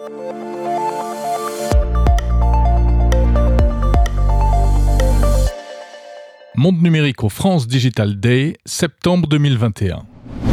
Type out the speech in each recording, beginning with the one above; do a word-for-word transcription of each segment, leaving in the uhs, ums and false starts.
Monde numérique au France Digital Day, septembre deux mille vingt et un.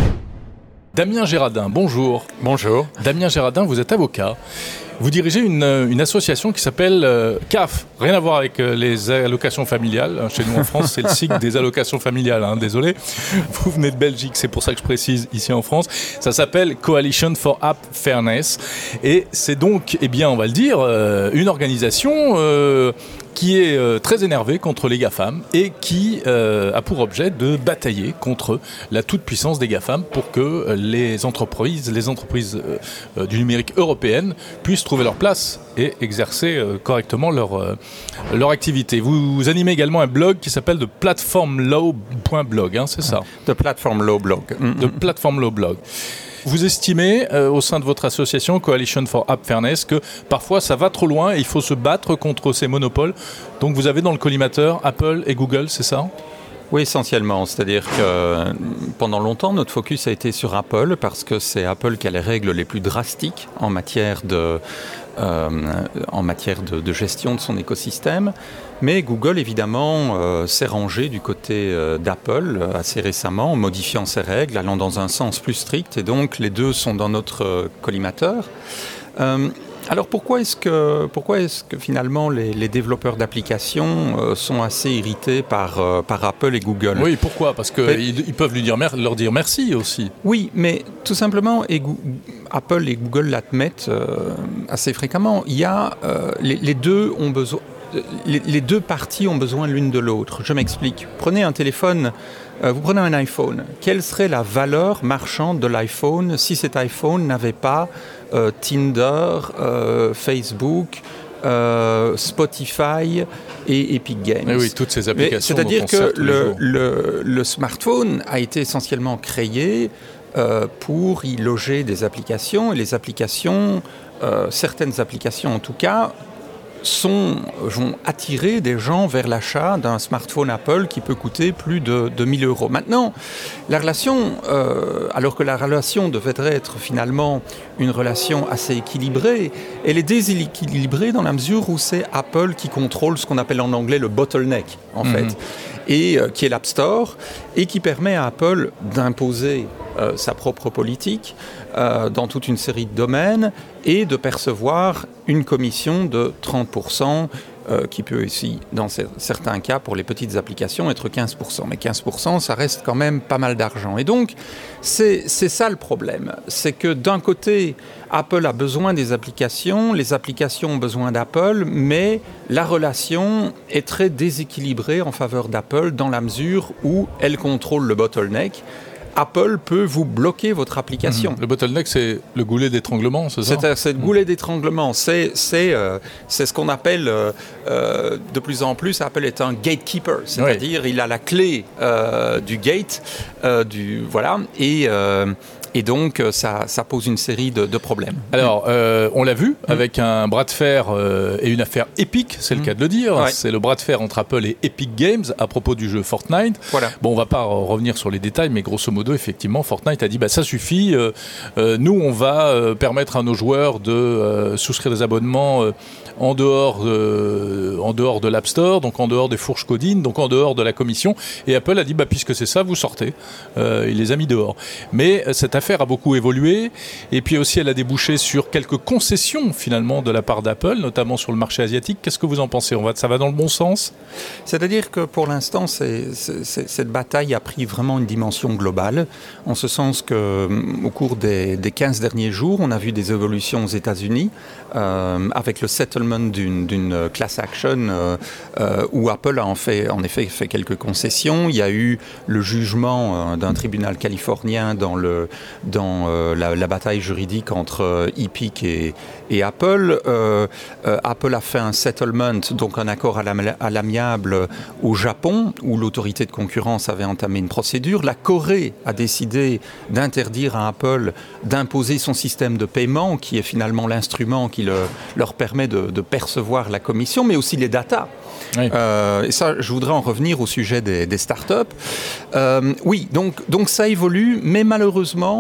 Damien Gérardin, bonjour. Bonjour. Damien Gérardin, vous êtes avocat. Vous dirigez une, une association qui s'appelle euh, C A F, rien à voir avec euh, les allocations familiales. Chez nous en France, c'est le C I C des allocations familiales, hein, désolé. Vous venez de Belgique, c'est pour ça que je précise ici en France. Ça s'appelle Coalition for App Fairness. Et c'est donc, eh bien, on va le dire, euh, une organisation euh, qui est euh, très énervée contre les GAFAM et qui euh, a pour objet de batailler contre la toute-puissance des GAFAM pour que euh, les entreprises, les entreprises euh, euh, du numérique européennes puissent trouver leur place et exercer euh, correctement leur, euh, leur activité. Vous, vous animez également un blog qui s'appelle The Platform Law point blog, hein, c'est ça? The Platform Law Blog. Mm-hmm. The Platform Law Blog. Vous estimez, euh, au sein de votre association Coalition for App Fairness, que parfois ça va trop loin et il faut se battre contre ces monopoles. Donc vous avez dans le collimateur Apple et Google, c'est ça ? Oui, essentiellement. C'est-à-dire que pendant longtemps, notre focus a été sur Apple parce que c'est Apple qui a les règles les plus drastiques en matière de, euh, en matière de, de gestion de son écosystème. Mais Google, évidemment, euh, s'est rangé du côté euh, d'Apple euh, assez récemment en modifiant ses règles, allant dans un sens plus strict. Et donc, les deux sont dans notre euh, collimateur. Euh, Alors pourquoi est-ce que, pourquoi est-ce que finalement les, les développeurs d'applications euh, sont assez irrités par, euh, par Apple et Google ? Oui, pourquoi ? Parce qu'ils ils peuvent lui dire mer- leur dire merci aussi. Oui, mais tout simplement, et Go- Apple et Google l'admettent euh, assez fréquemment, il y a, euh, les, les deux ont besoin... Les, les deux parties ont besoin l'une de l'autre. Je m'explique. Prenez un téléphone, euh, vous prenez un iPhone. Quelle serait la valeur marchande de l'iPhone si cet iPhone n'avait pas euh, Tinder, euh, Facebook, euh, Spotify et Epic Games ? Mais oui, toutes ces applications. Mais, c'est-à-dire dont on que le, le, le smartphone a été essentiellement créé euh, pour y loger des applications. Et les applications, euh, certaines applications en tout cas, Sont, vont attirer des gens vers l'achat d'un smartphone Apple qui peut coûter plus de, de mille euros. Maintenant, la relation, euh, alors que la relation devrait être finalement une relation assez équilibrée, elle est déséquilibrée dans la mesure où c'est Apple qui contrôle ce qu'on appelle en anglais le bottleneck, en mm-hmm. fait, et euh, qui est l'App Store, et qui permet à Apple d'imposer euh, sa propre politique euh, dans toute une série de domaines et de percevoir une commission de trente pour cent euh, qui peut aussi, dans certains cas, pour les petites applications, être quinze pour cent. Mais quinze pour cent, ça reste quand même pas mal d'argent. Et donc, c'est, c'est ça le problème. C'est que d'un côté, Apple a besoin des applications, les applications ont besoin d'Apple, mais la relation est très déséquilibrée en faveur d'Apple dans la mesure où elle contrôle le bottleneck. Apple peut vous bloquer votre application. Mmh. Le bottleneck, c'est le goulet d'étranglement, c'est ça ? C'est, c'est le goulet d'étranglement. C'est, c'est, euh, c'est ce qu'on appelle euh, euh, de plus en plus, Apple est un gatekeeper, c'est-à-dire oui. il a la clé euh, du gate, euh, du, voilà, et... Euh, Et donc, ça, ça pose une série de, de problèmes. Alors, euh, on l'a vu avec un bras de fer euh, et une affaire épique, c'est le cas de le dire. Ouais. C'est le bras de fer entre Apple et Epic Games à propos du jeu Fortnite. Voilà. Bon, on ne va pas revenir sur les détails, mais grosso modo, effectivement, Fortnite a dit bah, ça suffit. Euh, euh, nous, on va euh, permettre à nos joueurs de euh, souscrire des abonnements euh, en dehors, de, en dehors de l'App Store, donc en dehors des fourches codines, donc en dehors de la commission. Et Apple a dit bah, puisque c'est ça, vous sortez. Euh, il les a mis dehors. Mais cette affaire a beaucoup évolué et puis aussi elle a débouché sur quelques concessions finalement de la part d'Apple, notamment sur le marché asiatique. Qu'est-ce que vous en pensez ? On va, ça va dans le bon sens ? C'est-à-dire que pour l'instant, c'est, c'est, c'est, cette bataille a pris vraiment une dimension globale, en ce sens qu'au cours des, des quinze derniers jours, on a vu des évolutions aux États-Unis euh, avec le settlement d'une, d'une class action euh, euh, où Apple a en, fait, en effet fait quelques concessions. Il y a eu le jugement euh, d'un tribunal californien dans le dans euh, la, la bataille juridique entre euh, Epic et, et Apple. Euh, euh, Apple a fait un settlement, donc un accord à, la, à l'amiable au Japon, où l'autorité de concurrence avait entamé une procédure. La Corée a décidé d'interdire à Apple d'imposer son système de paiement, qui est finalement l'instrument qui le, leur permet de, de percevoir la commission, mais aussi les datas. Oui. Euh, et ça, je voudrais en revenir au sujet des, des startups. Euh, oui, donc, donc ça évolue, mais malheureusement,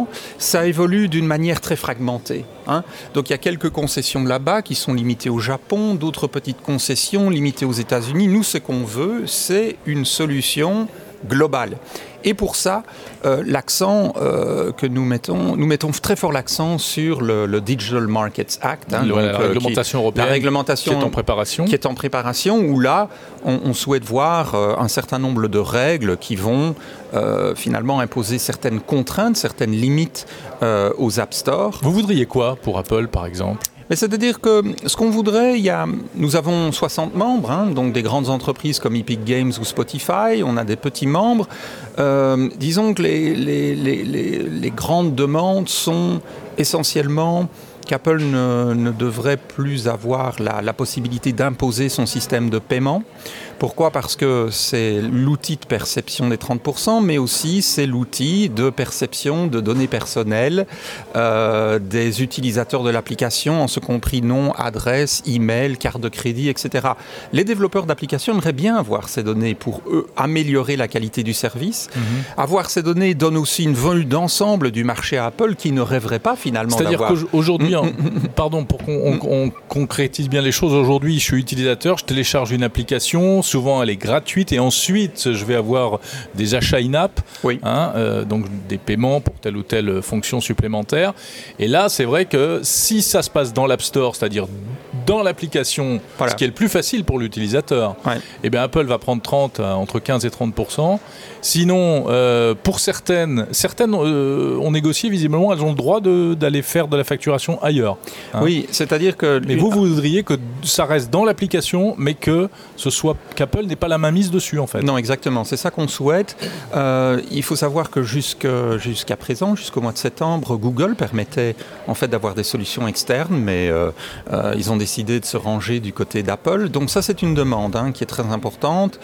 moment, ça évolue d'une manière très fragmentée. Hein. Donc il y a quelques concessions là-bas qui sont limitées au Japon, d'autres petites concessions limitées aux États-Unis. Nous, ce qu'on veut, c'est une solution globale. Et pour ça, euh, l'accent euh, que nous mettons, nous mettons très fort l'accent sur le, le Digital Markets Act, hein, le, donc, la réglementation qui, européenne, la réglementation qui est en préparation, qui est en préparation, où là, on, on souhaite voir euh, un certain nombre de règles qui vont euh, finalement imposer certaines contraintes, certaines limites euh, aux App Store. Vous voudriez quoi pour Apple, par exemple ? Mais c'est-à-dire que ce qu'on voudrait, il y a, nous avons soixante membres, hein, donc des grandes entreprises comme Epic Games ou Spotify, on a des petits membres. Euh, disons que les, les, les, les, les grandes demandes sont essentiellement qu'Apple ne, ne devrait plus avoir la, la possibilité d'imposer son système de paiement. Pourquoi ? Parce que c'est l'outil de perception des trente pour cent, mais aussi c'est l'outil de perception de données personnelles euh, des utilisateurs de l'application, en ce compris nom, adresse, email, carte de crédit, et cetera. Les développeurs d'applications aimeraient bien avoir ces données pour eux améliorer la qualité du service. Mm-hmm. Avoir ces données donne aussi une vue d'ensemble du marché à Apple qui ne rêverait pas finalement C'est-à-dire d'avoir... C'est-à-dire qu'aujourd'hui, mm-hmm. pardon, pour qu'on on, on concrétise bien les choses, aujourd'hui je suis utilisateur, je télécharge une application, souvent elle est gratuite et ensuite je vais avoir des achats in-app, oui. hein, euh, donc des paiements pour telle ou telle fonction supplémentaire. Et là, c'est vrai que si ça se passe dans l'App Store, c'est-à-dire dans l'application, voilà. ce qui est le plus facile pour l'utilisateur, ouais. eh bien Apple va prendre trente, entre quinze et trente pour cent. Sinon, euh, pour certaines, certaines euh, ont négocié visiblement, elles ont le droit de, d'aller faire de la facturation ailleurs. Hein. Oui, c'est-à-dire que... Mais vous, vous voudriez que ça reste dans l'application, mais que ce soit qu'Apple n'ait pas la main mise dessus, en fait. Non, exactement. C'est ça qu'on souhaite. Euh, il faut savoir que jusque, jusqu'à présent, jusqu'au mois de septembre, Google permettait en fait d'avoir des solutions externes, mais euh, euh, ils ont décidé de se ranger du côté d'Apple. Donc ça, c'est une demande hein, qui est très importante.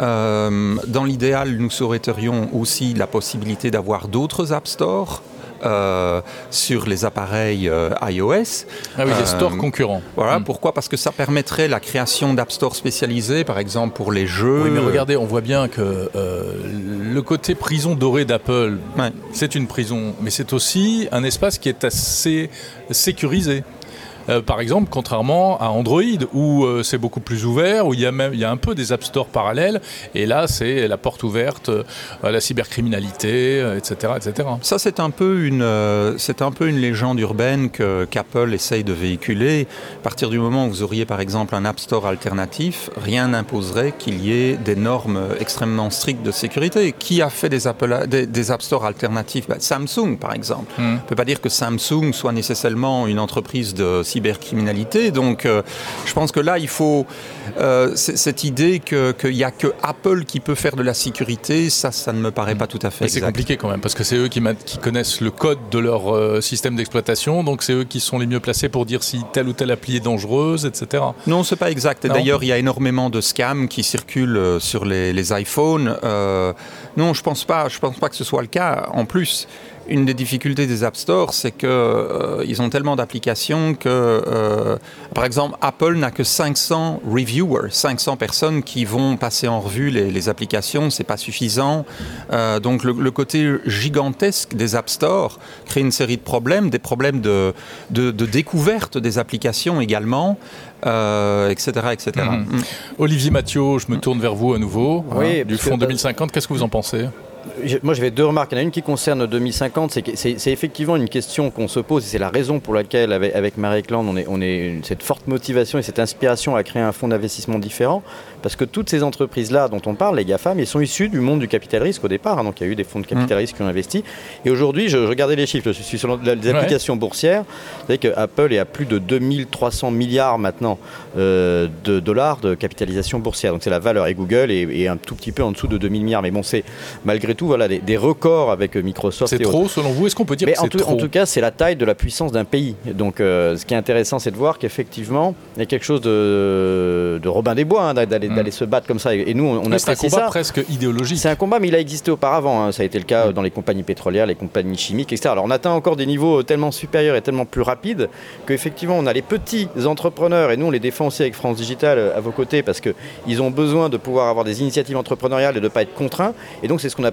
Euh, dans l'idéal, nous souhaiterions aussi la possibilité d'avoir d'autres App Store. Euh, sur les appareils euh, iOS. Ah oui, les stores euh, concurrents. Voilà, mmh. pourquoi ? Parce que ça permettrait la création d'App Store spécialisés, par exemple pour les jeux. Oui, mais regardez, on voit bien que euh, le côté prison dorée d'Apple, ouais. c'est une prison, mais c'est aussi un espace qui est assez sécurisé. Euh, par exemple, contrairement à Android, où euh, c'est beaucoup plus ouvert, où il y a même il y a un peu des App Store parallèles, et là, c'est la porte ouverte euh, à la cybercriminalité, euh, et cetera, et cetera. Ça, c'est un peu une, euh, c'est un peu une légende urbaine que, qu'Apple essaye de véhiculer. À partir du moment où vous auriez, par exemple, un App Store alternatif, rien n'imposerait qu'il y ait des normes extrêmement strictes de sécurité. Qui a fait des, Apple, des, des App Store alternatifs ? Ben, Samsung, par exemple. Mm. On ne peut pas dire que Samsung soit nécessairement une entreprise de cybercriminalité. Donc, euh, je pense que là, il faut euh, c- cette idée que qu'il n'y a que Apple qui peut faire de la sécurité, ça, ça ne me paraît pas tout à fait exact. C'est compliqué quand même, parce que c'est eux qui, qui connaissent le code de leur euh, système d'exploitation, donc c'est eux qui sont les mieux placés pour dire si telle ou telle appli est dangereuse, et cetera. Non, c'est pas exact. Et d'ailleurs, il y a énormément de scams qui circulent sur les, les iPhones. Euh, non, je pense pas. Je pense pas que ce soit le cas. En plus, une des difficultés des App Store, c'est qu'ils euh, ont tellement d'applications que, euh, par exemple, Apple n'a que cinq cents reviewers, cinq cents personnes qui vont passer en revue les, les applications, c'est pas suffisant. Euh, donc le, le côté gigantesque des App Store crée une série de problèmes, des problèmes de, de, de découverte des applications également. Euh, et cetera, et cetera. Mmh. Mmh. Olivier Mathieu, je me tourne vers vous à nouveau, oui, hein, du Fonds deux mille cinquante. Qu'est-ce que vous en pensez ? Moi, j'avais deux remarques. Il y en a une qui concerne deux mille cinquante. C'est, que c'est, c'est effectivement une question qu'on se pose et c'est la raison pour laquelle, avec, avec Marie Claude, on est, on est cette forte motivation et cette inspiration à créer un fonds d'investissement différent. Parce que toutes ces entreprises-là dont on parle, les GAFAM, elles sont issues du monde du capital risque au départ. Hein, donc, il y a eu des fonds de capital risque mmh. qui ont investi. Et aujourd'hui, je, je regardais les chiffres. Je suis sur les applications ouais. boursières. Vous savez qu'Apple est à plus de deux mille trois cents milliards maintenant euh, de dollars de capitalisation boursière. Donc, c'est la valeur. Et Google est, est un tout petit peu en dessous de deux mille milliards. Mais bon, c'est malgré tout, voilà, des, des records avec Microsoft. C'est et trop, autres. selon vous ? Est-ce qu'on peut dire Mais que c'est en tout, trop ? En tout cas, c'est la taille de la puissance d'un pays. Donc, euh, ce qui est intéressant, c'est de voir qu'effectivement, il y a quelque chose de, de Robin des Bois, hein, d'aller, mmh. d'aller se battre comme ça. Et nous, on, on a c'est un combat ça. presque idéologique. C'est un combat, mais il a existé auparavant. Hein. Ça a été le cas mmh. dans les compagnies pétrolières, les compagnies chimiques, et cetera. Alors, on atteint encore des niveaux tellement supérieurs et tellement plus rapides qu'effectivement, on a les petits entrepreneurs, et nous, on les défend aussi avec France Digital à vos côtés, parce qu'ils ont besoin de pouvoir avoir des initiatives entrepreneuriales et de ne pas être contraints. Et donc, c'est ce qu'on appelle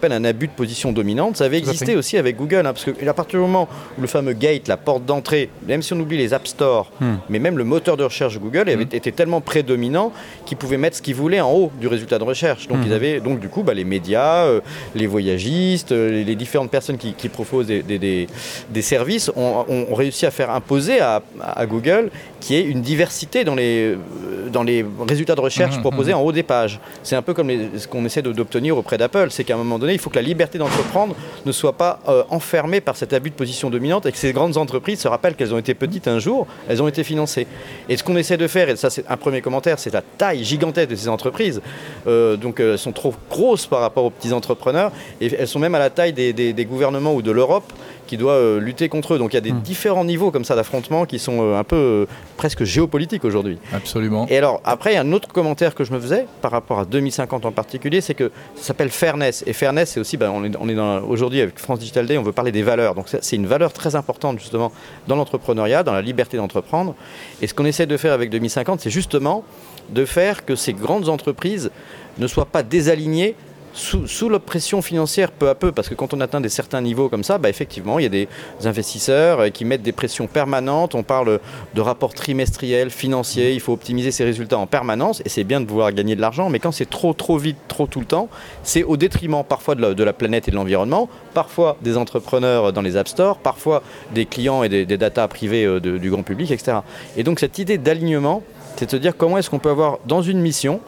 s'appelle un abus de position dominante. Ça avait existé aussi avec Google, hein, parce qu'à partir du moment où le fameux gate, la porte d'entrée, même si on oublie les App Store, hmm. mais même le moteur de recherche de Google avait, hmm. était tellement prédominant qu'ils pouvaient mettre ce qu'ils voulaient en haut du résultat de recherche. Donc, hmm. ils avaient, donc du coup, bah, les médias, euh, les voyagistes, euh, les, les différentes personnes qui, qui proposent des, des, des, des services ont, ont réussi à faire imposer à, à Google qu'il y ait une diversité dans les, dans les résultats de recherche mmh, proposés mmh. en haut des pages. C'est un peu comme les, ce qu'on essaie de, d'obtenir auprès d'Apple, c'est qu'à un moment donné, il faut que la liberté d'entreprendre ne soit pas euh, enfermée par cet abus de position dominante et que ces grandes entreprises se rappellent qu'elles ont été petites un jour, elles ont été financées. Et ce qu'on essaie de faire, et ça c'est un premier commentaire, c'est la taille gigantesque de ces entreprises. Euh, donc elles sont trop grosses par rapport aux petits entrepreneurs et elles sont même à la taille des, des, des gouvernements ou de l'Europe qui doit euh, lutter contre eux. Donc il y a des mmh. différents niveaux comme ça d'affrontement qui sont euh, un peu euh, presque géopolitiques aujourd'hui. Absolument. Et alors après, il y a un autre commentaire que je me faisais par rapport à deux mille cinquante en particulier, c'est que ça s'appelle fairness. Et fairness, c'est aussi, ben, on est, on est dans, aujourd'hui avec France Digital Day, on veut parler des valeurs. Donc c'est une valeur très importante justement dans l'entrepreneuriat, dans la liberté d'entreprendre. Et ce qu'on essaie de faire avec deux mille cinquante, c'est justement de faire que ces grandes entreprises ne soient pas désalignées Sous, sous l'oppression financière peu à peu, parce que quand on atteint des certains niveaux comme ça, bah effectivement, il y a des investisseurs qui mettent des pressions permanentes. On parle de rapports trimestriels, financiers, il faut optimiser ses résultats en permanence, et c'est bien de vouloir gagner de l'argent, mais quand c'est trop, trop vite, trop tout le temps, c'est au détriment parfois de la, de la planète et de l'environnement, parfois des entrepreneurs dans les App Store, parfois des clients et des, des data privés de, du grand public, et cetera. Et donc cette idée d'alignement, c'est de se dire comment est-ce qu'on peut avoir dans une mission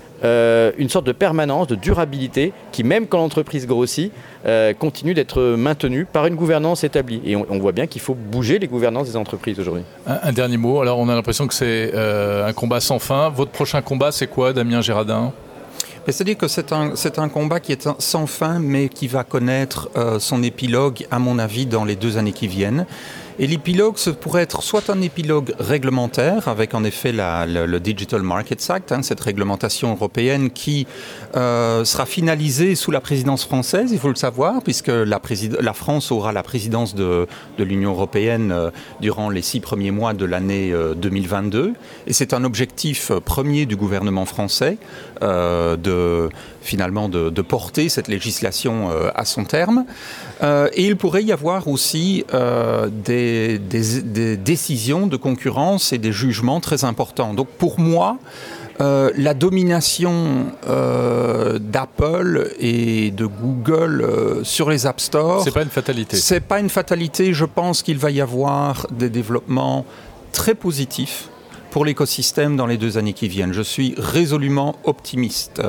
Euh, une sorte de permanence, de durabilité qui, même quand l'entreprise grossit, euh, continue d'être maintenue par une gouvernance établie. Et on, on voit bien qu'il faut bouger les gouvernances des entreprises aujourd'hui. Un, un dernier mot. Alors, on a l'impression que c'est euh, un combat sans fin. Votre prochain combat, c'est quoi, Damien Géradin ? C'est-à-dire que c'est un, c'est un combat qui est sans fin, mais qui va connaître euh, son épilogue, à mon avis, dans les deux années qui viennent. Et l'épilogue, ce pourrait être soit un épilogue réglementaire, avec en effet la, le, le Digital Markets Act, hein, cette réglementation européenne qui euh, sera finalisée sous la présidence française, il faut le savoir, puisque la, présid- la France aura la présidence de, de l'Union européenne euh, durant les six premiers mois de l'année euh, deux mille vingt-deux. Et c'est un objectif premier du gouvernement français euh, de... finalement de, de porter cette législation euh, à son terme. Euh, et il pourrait y avoir aussi euh, des, des, des décisions de concurrence et des jugements très importants. Donc pour moi, euh, la domination euh, d'Apple et de Google euh, sur les App Store... C'est pas une fatalité. C'est pas une fatalité. Je pense qu'il va y avoir des développements très positifs pour l'écosystème dans les deux années qui viennent. Je suis résolument optimiste.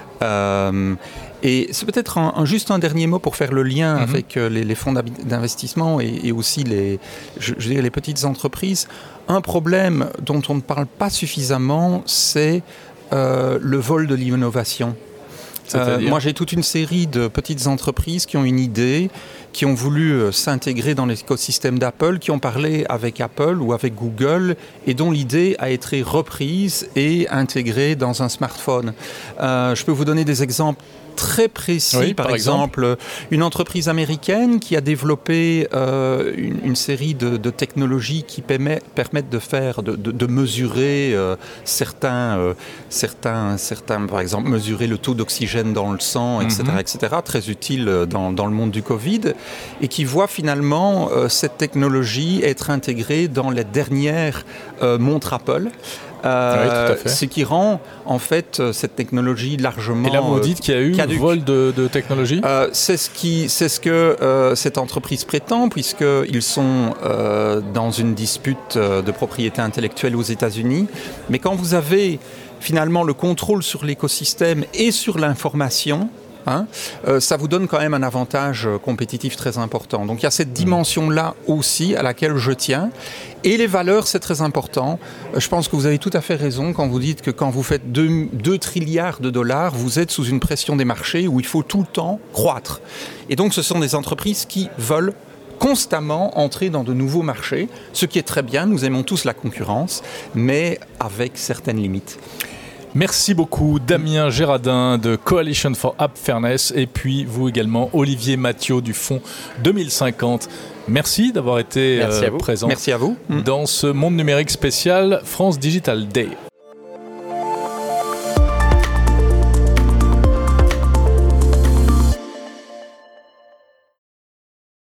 Euh, et c'est peut-être un, un, juste un dernier mot pour faire le lien mm-hmm. avec euh, les, les fonds d'investissement et, et aussi les, je, je dirais les petites entreprises. Un problème dont on ne parle pas suffisamment, c'est euh, le vol de l'innovation. Euh, moi, j'ai toute une série de petites entreprises qui ont une idée, qui ont voulu euh, s'intégrer dans l'écosystème d'Apple, qui ont parlé avec Apple ou avec Google et dont l'idée a été reprise et intégrée dans un smartphone. Euh, je peux vous donner des exemples très précis, oui, par, par exemple, exemple, une entreprise américaine qui a développé euh, une, une série de, de technologies qui permet, permettent de faire, de, de, de mesurer euh, certains, euh, certains, certains, par exemple, mesurer le taux d'oxygène dans le sang, et cetera, mm-hmm. et cetera, très utile dans, dans le monde du Covid, et qui voit finalement euh, cette technologie être intégrée dans les dernières euh, montres Apple. Euh, oui, ce qui rend en fait cette technologie largement. Et là, vous dites qu'il y a eu caduque. vol de, de technologie. Euh, c'est ce qui, c'est ce que euh, cette entreprise prétend, puisqu'ils sont euh, dans une dispute de propriété intellectuelle aux États-Unis. Mais quand vous avez finalement le contrôle sur l'écosystème et sur l'information. Hein, euh, ça vous donne quand même un avantage compétitif très important. Donc il y a cette dimension-là aussi à laquelle je tiens. Et les valeurs, c'est très important. Je pense que vous avez tout à fait raison quand vous dites que quand vous faites deux trilliards de dollars, vous êtes sous une pression des marchés où il faut tout le temps croître. Et donc ce sont des entreprises qui veulent constamment entrer dans de nouveaux marchés, ce qui est très bien, nous aimons tous la concurrence, mais avec certaines limites. Merci beaucoup Damien Géradin de Coalition for App Fairness et puis vous également Olivier Mathieu du Fonds deux mille cinquante. Merci d'avoir été Merci euh, à vous. présent Merci à vous. dans ce monde numérique spécial France Digital Day.